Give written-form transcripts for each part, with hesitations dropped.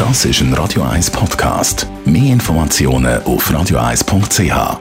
Das ist ein Radio 1 Podcast. Mehr Informationen auf radio1.ch.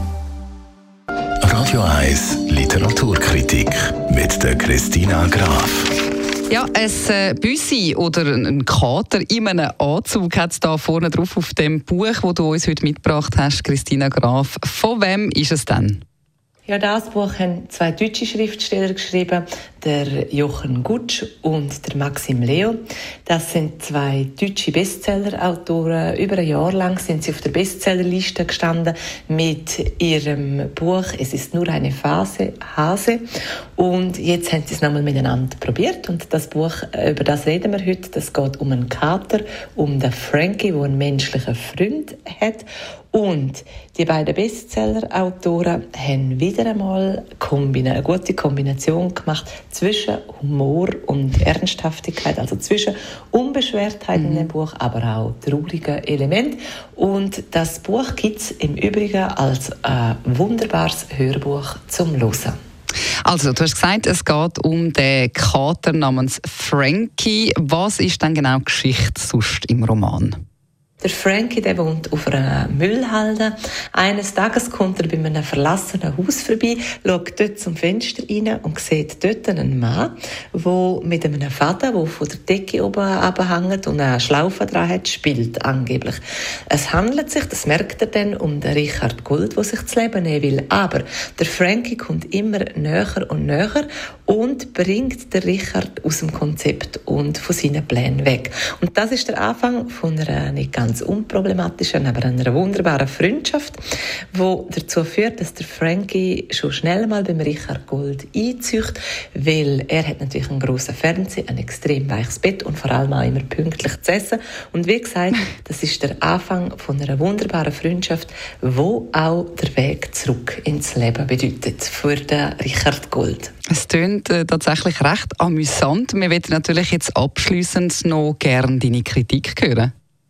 Radio 1 Literaturkritik mit der Christina Graf. Ja, ein Büssi oder ein Kater in einem Anzug hat es da vorne drauf auf dem Buch, das du uns heute mitgebracht hast, Christina Graf. Von wem ist es denn? Ja, das Buch haben zwei deutsche Schriftsteller geschrieben, der Jochen Gutsch und der Maxim Leo. Das sind zwei deutsche Bestseller-Autoren. Über ein Jahr lang sind sie auf der Bestsellerliste gestanden mit ihrem Buch «Es ist nur eine Phase, Hase». Und jetzt haben sie es nochmal miteinander probiert. Und das Buch, über das reden wir heute, das geht um einen Kater, um den Frankie, der einen menschlichen Freund hat. Und die beiden Bestseller-Autoren haben wieder einmal eine gute Kombination gemacht zwischen Humor und Ernsthaftigkeit, also zwischen Unbeschwertheit in dem Buch, aber auch traurigen Elementen. Und das Buch gibt es im Übrigen als wunderbares Hörbuch zum Hören. Also, du hast gesagt, es geht um den Kater namens Frankie. Was ist denn genau die Geschichte sonst im Roman? Der Frankie, der wohnt auf einer Müllhalde. Eines Tages kommt er bei einem verlassenen Haus vorbei, schaut dort zum Fenster rein und sieht dort einen Mann, der mit einem Faden, der von der Decke oben abhängt und eine Schlaufe dran hat, spielt angeblich. Es handelt sich, das merkt er dann, um den Richard Gold, der sich das Leben nehmen will. Aber der Frankie kommt immer näher und näher und bringt den Richard aus dem Konzept und von seinen Plänen weg. Und das ist der Anfang von einer nicht ganz unproblematischen, aber einer wunderbaren Freundschaft, die dazu führt, dass der Frankie schon schnell mal beim Richard Gold einzieht, weil er hat natürlich einen grossen Fernseher, ein extrem weiches Bett und vor allem auch immer pünktlich zu essen. Und wie gesagt, das ist der Anfang von einer wunderbaren Freundschaft, wo auch der Weg zurück ins Leben bedeutet für den Richard Gold. Es klingt tatsächlich recht amüsant. Wir möchten natürlich jetzt abschliessend noch gerne deine Kritik hören.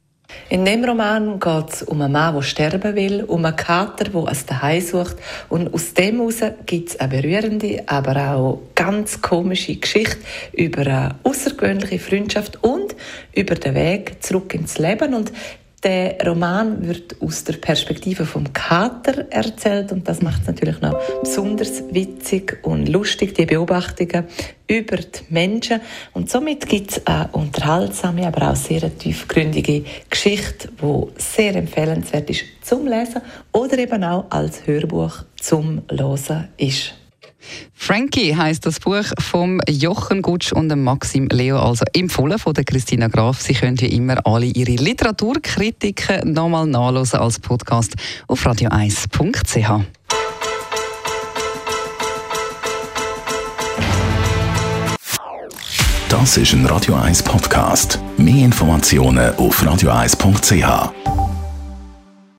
In dem Roman geht es um einen Mann, der sterben will, um einen Kater, der ein Zuhause sucht. Und aus dem heraus gibt es eine berührende, aber auch ganz komische Geschichte über eine außergewöhnliche Freundschaft und über den Weg zurück ins Leben. Und der Roman wird aus der Perspektive vom Kater erzählt und das macht es natürlich noch besonders witzig und lustig, die Beobachtungen über die Menschen. Und somit gibt es eine unterhaltsame, aber auch sehr tiefgründige Geschichte, die sehr empfehlenswert ist zum Lesen oder eben auch als Hörbuch zum Hören ist. Frankie heisst das Buch vom Jochen Gutsch und dem Maxim Leo, also empfohlen von der Christina Graf. Sie können wie immer alle ihre Literaturkritiken nochmal nachlesen als Podcast auf radio1.ch. Das ist ein Radio 1 Podcast. Mehr Informationen auf radio1.ch.